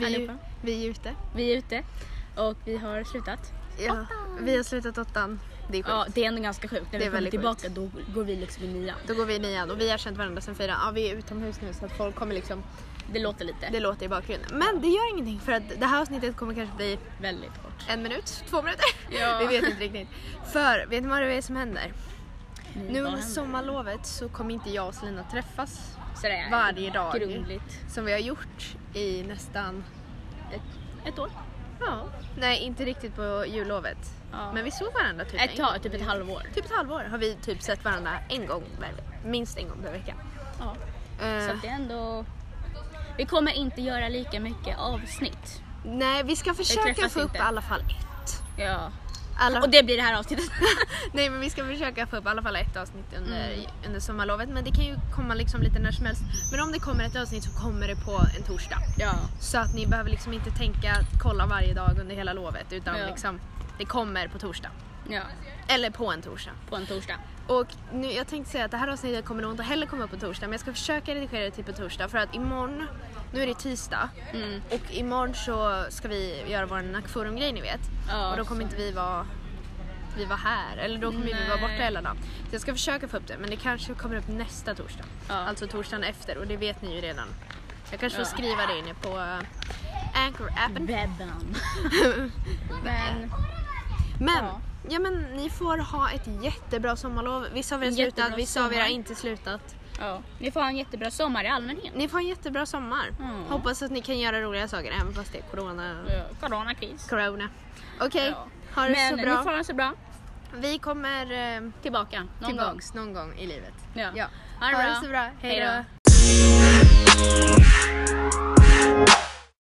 Vi är ute. Vi är ute och vi har slutat. Ja, vi har slutat 8. Det är sjukt. Ja, det är ändå ganska sjukt. När vi kommer tillbaka sjukt. Då går vi liksom i 9. Då går vi i 9 och vi har känt varandra sedan 4. Ja, vi är utomhus nu så att folk kommer liksom... Det låter lite. Det låter i bakgrunden. Men det gör ingenting för att det här avsnittet kommer kanske bli... Väldigt kort. 1 minut, 2 minuter. Ja. Vi vet inte riktigt. För, vet ni vad det är som händer? Nu vad under händer? sommarlovet så kommer inte jag och Selina träffas Så det är varje dag. grundligt. Som vi har gjort i nästan... Ett år. Ja. Nej, inte riktigt på jullovet. Ja. Men vi såg varandra typ Ett tag, typ ett halvår. Typ ett halvår har vi typ sett varandra minst en gång per vecka. Ja. Så att det är ändå... Vi kommer inte göra lika mycket avsnitt. Nej, vi ska försöka träffas få upp inte. i alla fall 1. Ja. Och det blir det här avsnittet. Nej, men vi ska försöka få upp i alla fall 1 avsnitt under sommarlovet. Men det kan ju komma liksom lite när som helst. Men om det kommer ett avsnitt så kommer det på en torsdag. Ja. Så att ni behöver liksom inte tänka kolla varje dag under hela lovet. Utan Ja. liksom, det kommer på torsdag. Ja. Eller på en torsdag. På en torsdag. Och nu, jag tänkte säga att det här avsnittet kommer nog inte heller komma på torsdag. Men jag ska försöka redigera det till på torsdag. För att imorgon, nu är det tisdag. Och imorgon så ska vi göra vår Nackforum-grej, ni vet. Ja, och då kommer inte vi vara här. Eller då kommer vi vara borta hela dagen. Så jag ska försöka få upp det. Men det kanske kommer upp nästa torsdag. Ja. Alltså torsdagen efter. Och det vet ni ju redan. Jag kanske får skriva det inne på Anchor-appen. Webben. Men Ja, men ni får ha ett jättebra sommarlov. Vissa av er har slutat, vissa av er har inte slutat. Ja. Ni får ha en jättebra sommar i allmänhet. Ni får en jättebra sommar. Hoppas att ni kan göra roliga saker även fast det är Coronakris. corona. Okej, Ja. ha det så Men bra. ni får ha det så bra. Vi kommer Tillbaka någon gång. någon gång i livet. Ja. Ja. Ha det Ha bra. det så bra. Hej Hej då. då.